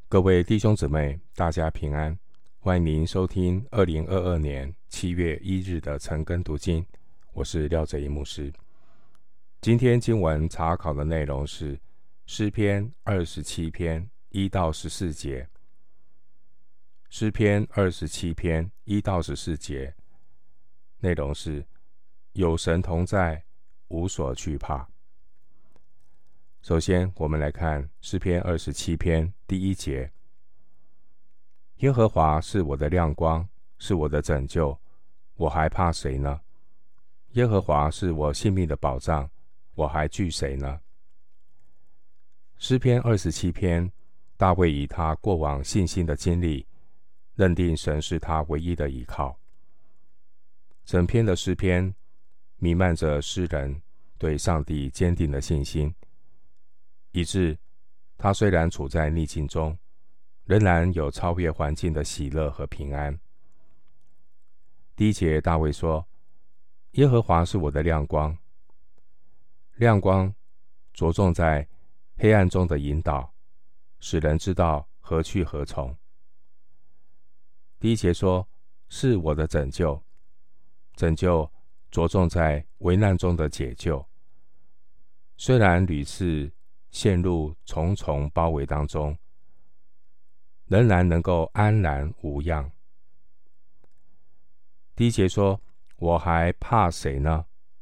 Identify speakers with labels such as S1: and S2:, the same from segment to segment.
S1: 各位弟兄姊妹，大家平安！欢迎您收听2022年7月1日的晨更读经，我是廖哲一牧师。今天经文查考的内容是诗篇27篇1到14节。诗篇27篇1到14节，内容是有神同在，无所惧怕。首先，我们来看诗篇27篇第1节：耶和华是我的亮光，是我的拯救，我还怕谁呢？耶和华是我性命的保障，我还惧谁呢？诗篇27篇，大卫以他过往信心的经历，认定神是他唯一的依靠。整篇的诗篇弥漫着诗人对上帝坚定的信心，以致他虽然处在逆境中，仍然有超越环境的喜乐和平安。第1节，大卫说：耶和华是我的亮光。亮光着重在黑暗中的引导，使人知道何去何从。第1节说是我的拯救，拯救着重在危难中的解救。虽然屡次陷入重重包围当中，仍然能够安然无恙。第1节说：我还怕谁呢？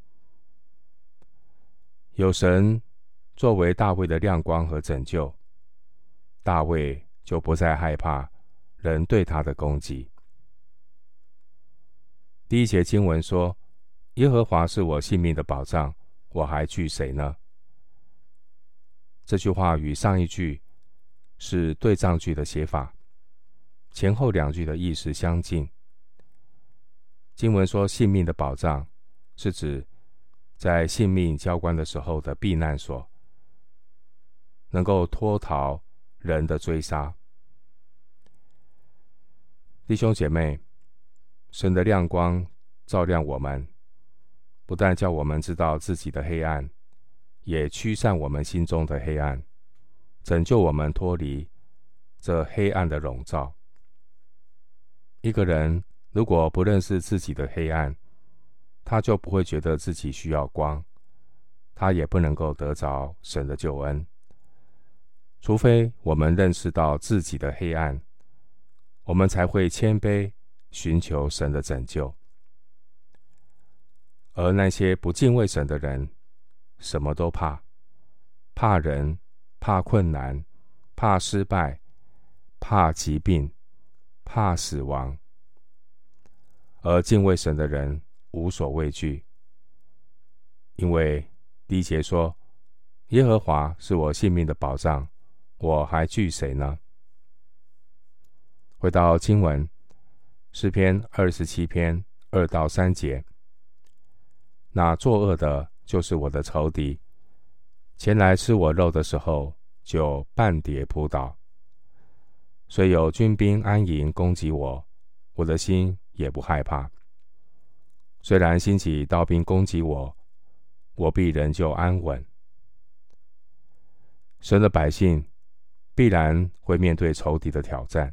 S1: 有神作为大卫的亮光和拯救，大卫就不再害怕人对他的攻击。第1节经文说：耶和华是我性命的保障，我还惧谁呢？这句话与上一句是对仗句的写法，前后2句的意思相近。经文说性命的保障，是指在性命交关的时候的避难所，能够脱逃人的追杀。弟兄姐妹，神的亮光照亮我们，不但叫我们知道自己的黑暗，也驱散我们心中的黑暗，拯救我们脱离这黑暗的笼罩。一个人如果不认识自己的黑暗，他就不会觉得自己需要光，他也不能够得着神的救恩。除非我们认识到自己的黑暗，我们才会谦卑寻求神的拯救。而那些不敬畏神的人，什么都怕，怕人，怕困难，怕失败，怕疾病，怕死亡。而敬畏神的人无所畏惧，因为第1节说：耶和华是我性命的保障，我还惧谁呢？回到经文，诗篇27篇2到3节：那作恶的就是我的仇敌，前来吃我肉的时候，就半跌扑倒。虽有军兵安营攻击我，我的心也不害怕。虽然兴起刀兵攻击我，我必仍旧安稳。神的百姓必然会面对仇敌的挑战。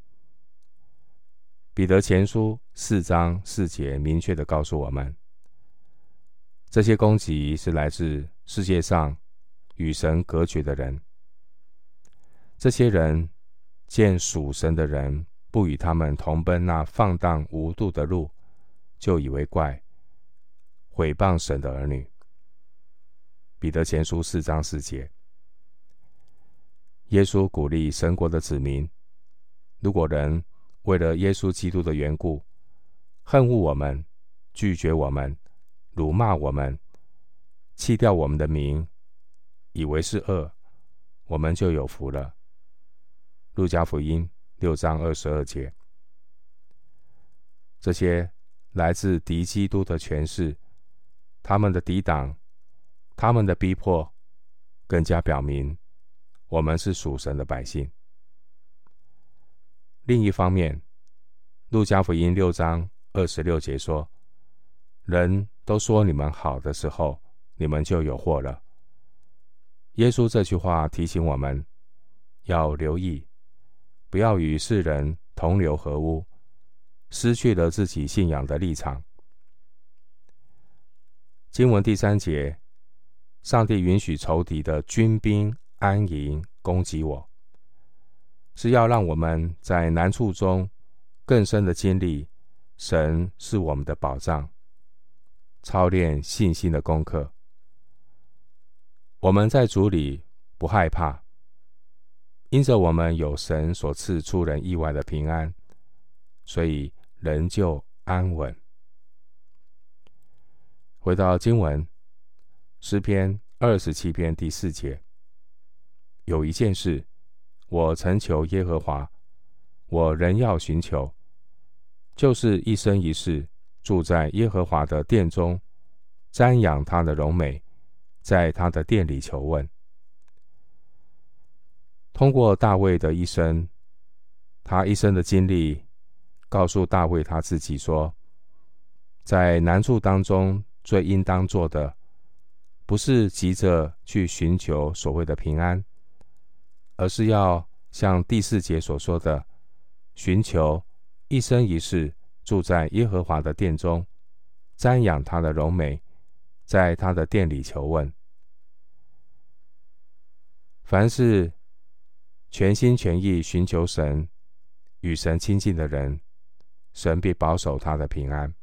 S1: 彼得前书4章4节明确地告诉我们，这些攻击是来自世界上与神隔绝的人。这些人见属神的人不与他们同奔那放荡无度的路，就以为怪，毁谤神的儿女。彼得前书4章4节。耶稣鼓励神国的子民，如果人为了耶稣基督的缘故，恨恶我们，拒绝我们，辱骂我们，弃掉我们的名，以为是恶，我们就有福了。路加福音6章22节。这些来自敌基督的权势，他们的抵挡，他们的逼迫，更加表明我们是属神的百姓。另一方面，路加福音6章26节说：人都说你们好的时候，你们就有祸了。耶稣这句话提醒我们要留意不要与世人同流合污，失去了自己信仰的立场。经文第3节，上帝允许仇敌的军兵安营攻击我，是要让我们在难处中更深的经历神是我们的保障，操练信心的功课。我们在主里不害怕，因着我们有神所赐出人意外的平安，所以人就安稳。回到经文，诗篇27篇第4节，有一件事，我曾求耶和华，我仍要寻求，就是一生一世住在耶和华的殿中，瞻仰他的荣美，在他的殿里求问。通过大卫的一生，他一生的经历告诉大卫他自己说，在难处当中最应当做的，不是急着去寻求所谓的平安，而是要像第4节所说的，寻求一生一世住在耶和华的殿中，瞻仰他的荣美，在他的殿里求问。凡是全心全意寻求神，与神亲近的人，神必保守他的平安。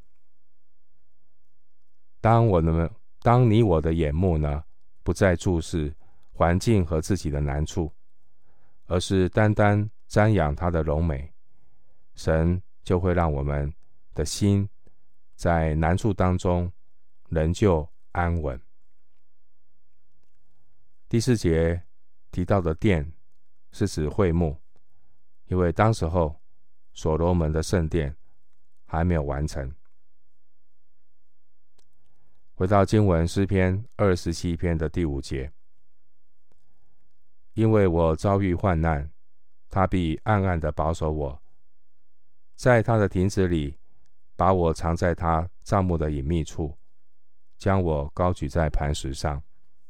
S1: 当你我的眼目呢，不再注视环境和自己的难处，而是单单瞻仰他的荣美，神就会让我们的心在难处当中仍旧安稳。第4节提到的殿是指会幕，因为当时候所罗门的圣殿还没有完成。回到经文，诗篇27篇的第5节，因为我遭遇患难，他必暗暗地保守我，在他的亭子里把我藏在他帐幕的隐秘处，将我高举在磐石上。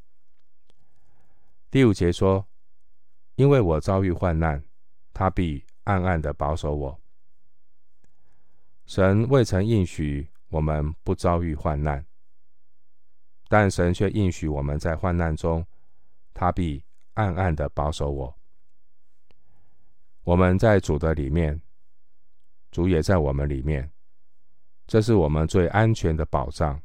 S1: 第5节说，因为我遭遇患难，他必暗暗地保守我。神未曾应许我们不遭遇患难，但神却应许我们在患难中，他必暗暗地保守我。我们在主的里面，主也在我们里面，这是我们最安全的保障。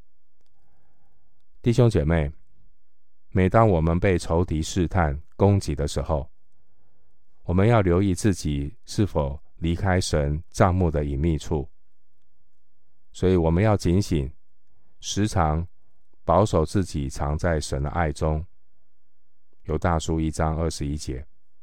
S1: 弟兄姐妹，每当我们被仇敌试探攻击的时候，我们要留意自己是否离开神帐幕的隐秘处，所以我们要警醒，时常保守自己藏在神的爱中。犹大书1章21节。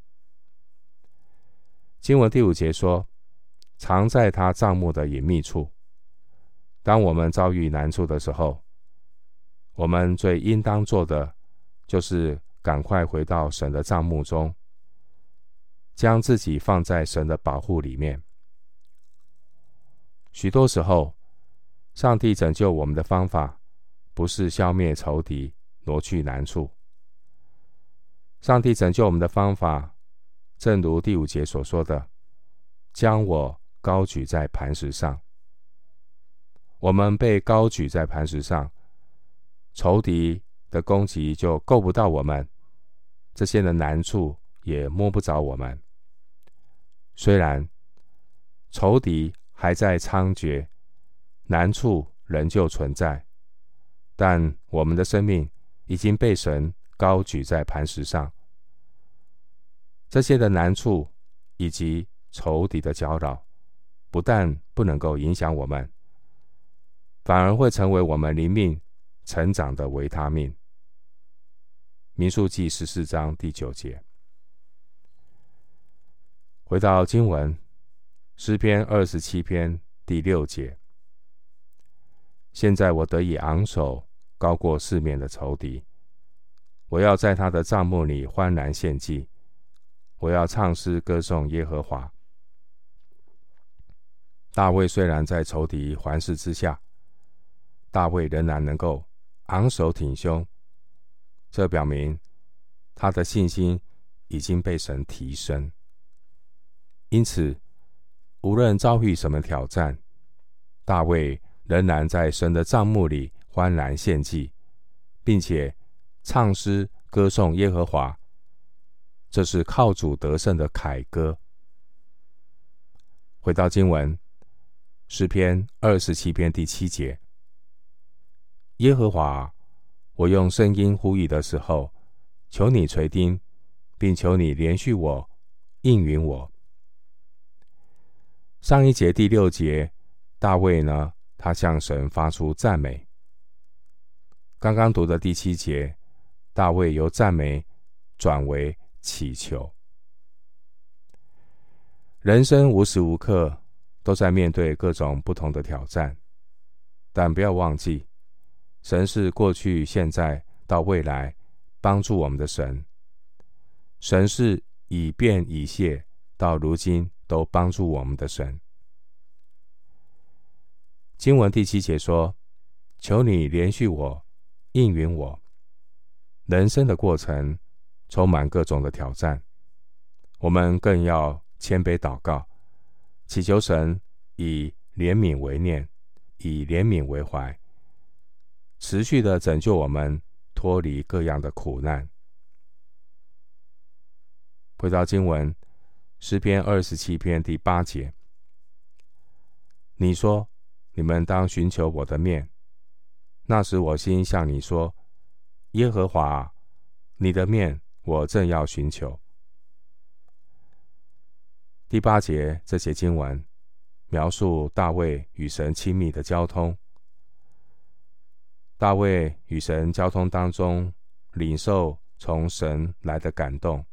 S1: 经文第5节说，藏在他帐幕的隐秘处。当我们遭遇难处的时候，我们最应当做的就是赶快回到神的帐幕中，将自己放在神的保护里面。许多时候，上帝拯救我们的方法不是消灭仇敌，挪去难处。上帝拯救我们的方法，正如第5节所说的，将我高举在磐石上。我们被高举在磐石上，仇敌的攻击就够不到我们，这些的难处也摸不着我们。虽然仇敌还在猖獗，难处仍旧存在，但我们的生命已经被神高举在磐石上。这些的难处以及仇敌的搅扰，不但不能够影响我们，反而会成为我们灵命成长的维他命。民数记14章第9节。回到经文，诗篇27篇第6节，现在我得以昂首，高过四面的仇敌。我要在他的帐幕里欢然献祭，我要唱诗歌颂耶和华。大卫虽然在仇敌环视之下，大卫仍然能够昂首挺胸，这表明他的信心已经被神提升。 因此，无论遭遇什么挑战，大卫仍然在神的帐幕里欢然献祭，并且唱诗歌颂耶和华，这是靠主得胜的凯歌。回到经文，诗篇27篇第7节，耶和华，我用声音呼吁的时候，求你垂听，并求你连续我，应允我。上一节第6节，大卫呢，他向神发出赞美。刚刚读的第7节，大卫由赞美转为祈求。人生无时无刻都在面对各种不同的挑战，但不要忘记，神是过去、现在到未来帮助我们的神。神是以便以谢到如今都帮助我们的神。经文第7节说，求你连续我，应允我。人生的过程充满各种的挑战，我们更要谦卑祷告，祈求神以怜悯为念，以怜悯为怀，持续的拯救我们脱离各样的苦难。回到经文，诗篇27篇第8节，你说，你们当寻求我的面，那时我心向你说，耶和华，你的面我正要寻求。第8节这节经文描述大卫与神亲密的交通。大卫与神交通当中，领受从神来的感动，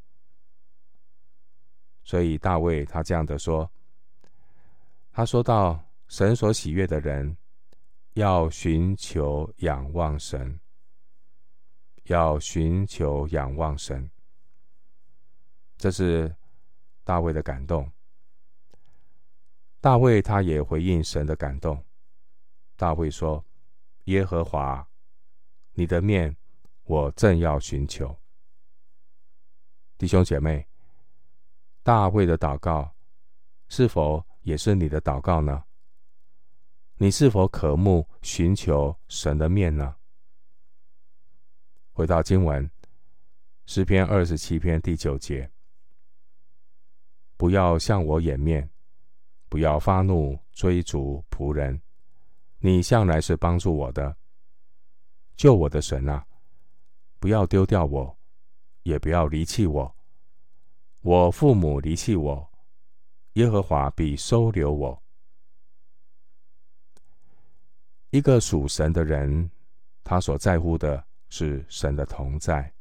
S1: 所以大卫他这样的说，他说到神所喜悦的人要寻求仰望神，要寻求仰望神，这是大卫的感动。大卫他也回应神的感动，大卫说，耶和华，你的面我正要寻求。弟兄姐妹，大卫的祷告是否也是你的祷告呢？你是否渴慕寻求神的面呢？回到经文，诗篇27篇第9节，不要向我掩面，不要发怒追逐仆人，你向来是帮助我的，救我的神啊，不要丢掉我，也不要离弃我。我父母离弃我，耶和华必收留我。一个属神的人，他所在乎的是神的同在。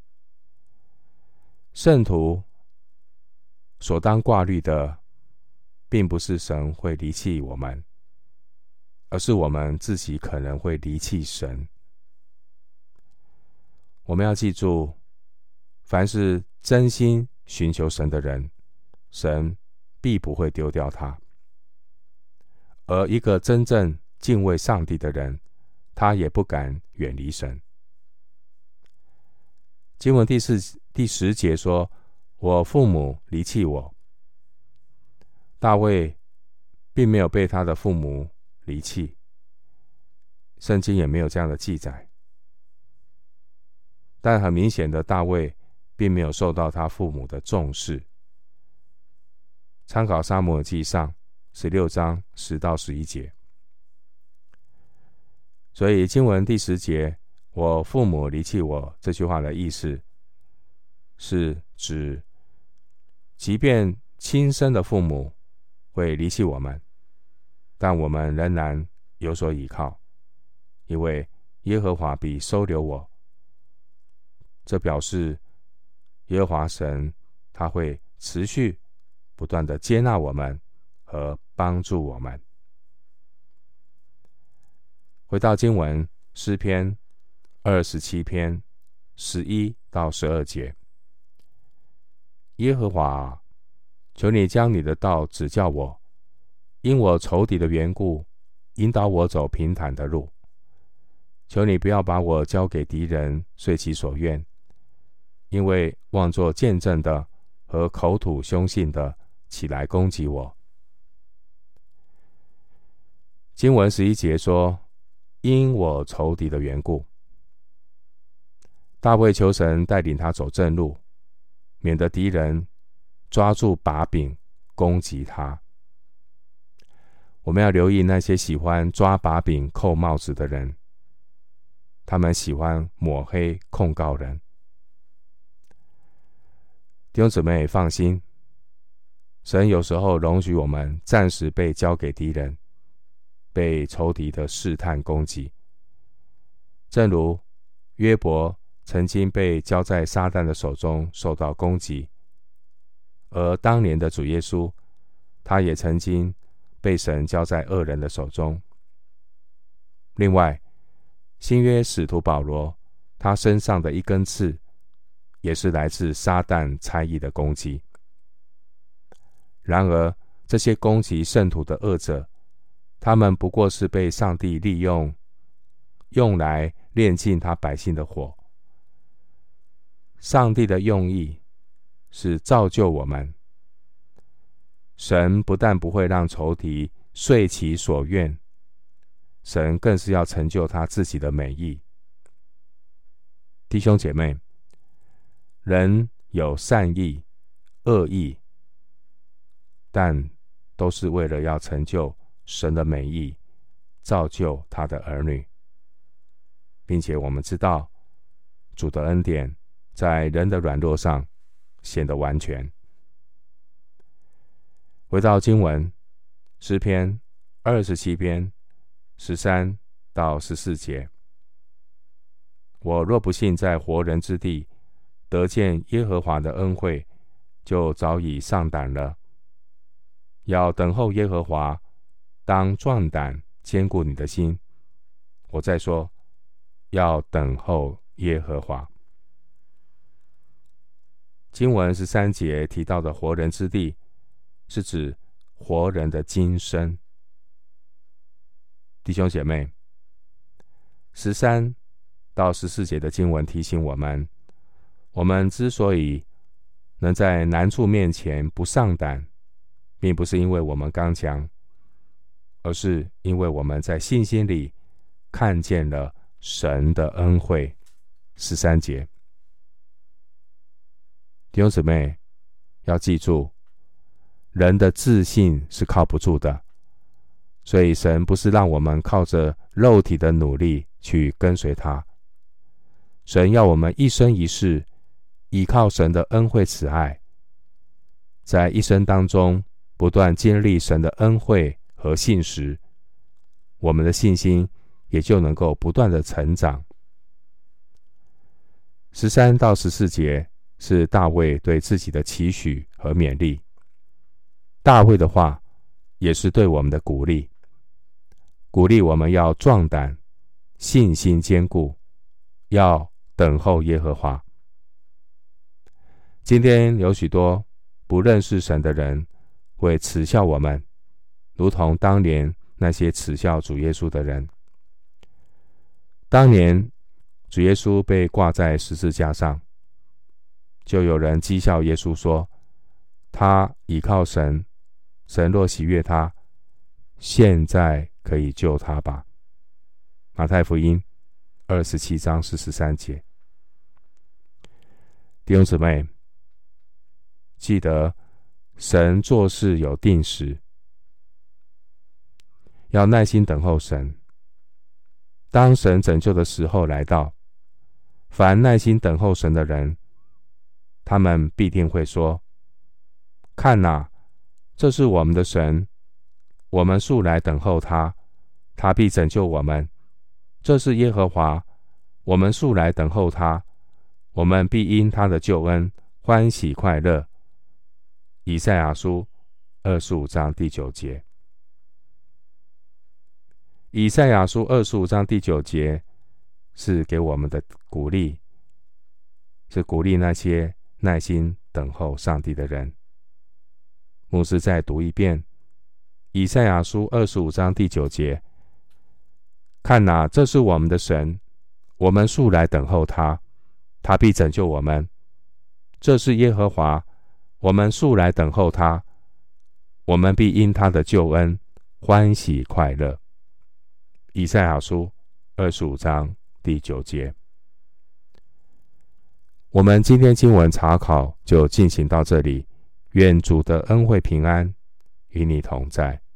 S1: 圣徒所当挂虑的，并不是神会离弃我们，而是我们自己可能会离弃神。我们要记住，凡是真心寻求神的人，神必不会丢掉他。而一个真正敬畏上帝的人，他也不敢远离神。经文第10节说，我父母离弃我。大卫并没有被他的父母离弃，圣经也没有这样的记载。但很明显的，大卫并没有受到他父母的重视。参考撒母耳记上16章10到11节。所以经文第10节，我父母离弃我，这句话的意思是指，即便亲生的父母会离弃我们，但我们仍然有所依靠，因为耶和华必收留我。这表示耶和华神他会持续不断的接纳我们和帮助我们。回到经文，诗篇27篇11到12节，耶和华，求你将你的道指教我，因我仇敌的缘故，引导我走平坦的路。求你不要把我交给敌人，遂其所愿，因为妄作见证的和口吐凶信的起来攻击我。经文11节说，因我仇敌的缘故。大卫求神带领他走正路，免得敌人抓住把柄攻击他。我们要留意那些喜欢抓把柄扣帽子的人，他们喜欢抹黑控告人。弟兄姊妹放心，神有时候容许我们暂时被交给敌人，被仇敌的试探攻击。正如约伯曾经被交在撒旦的手中受到攻击，而当年的主耶稣，他也曾经被神交在恶人的手中。另外，新约使徒保罗，他身上的一根刺，也是来自撒旦猜疑的攻击。然而，这些攻击圣徒的恶者，他们不过是被上帝利用，用来炼尽他百姓的火。上帝的用意是造就我们。神不但不会让仇敌遂其所愿，神更是要成就他自己的美意。弟兄姐妹，人有善意、恶意，但都是为了要成就神的美意，造就他的儿女。并且我们知道，主的恩典在人的软弱上显得完全。回到经文，诗篇27篇13到14节，我若不信在活人之地得见耶和华的恩惠，就早已丧胆了。要等候耶和华，当壮胆，坚固你的心。我再说，要等候耶和华。经文13节提到的活人之地，是指活人的今生。弟兄姐妹，13到14节的经文提醒我们，我们之所以能在难处面前不丧胆，并不是因为我们刚强，而是因为我们在信心里看见了神的恩惠。13节，弟兄姊妹要记住，人的自信是靠不住的，所以神不是让我们靠着肉体的努力去跟随他。神要我们一生一世依靠神的恩惠慈爱，在一生当中不断经历神的恩惠和信实，我们的信心也就能够不断的成长。13到14节是大卫对自己的期许和勉励。大卫的话也是对我们的鼓励，鼓励我们要壮胆，信心坚固，要等候耶和华。今天有许多不认识神的人会耻笑我们，如同当年那些耻笑主耶稣的人。当年主耶稣被挂在十字架上，就有人讥笑耶稣说，他倚靠神，神若喜悦他，现在可以救他吧。马太福音27章43节。弟兄姊妹，记得神做事有定时，要耐心等候神。当神拯救的时候来到，凡耐心等候神的人，他们必定会说，看哪，这是我们的神，我们素来等候他，他必拯救我们。这是耶和华，我们素来等候他，我们必因他的救恩欢喜快乐。以赛亚书25章第9节。以赛亚书25章第9节是给我们的鼓励，是鼓励那些耐心等候上帝的人。牧师再读一遍以赛亚书25章第9节，看哪，这是我们的神，我们素来等候他，他必拯救我们。这是耶和华，我们素来等候他， 我们必因他的救恩欢喜快乐。以赛亚书25章第9节。我们今天经文查考就进行到这里，愿主的恩惠平安与你同在。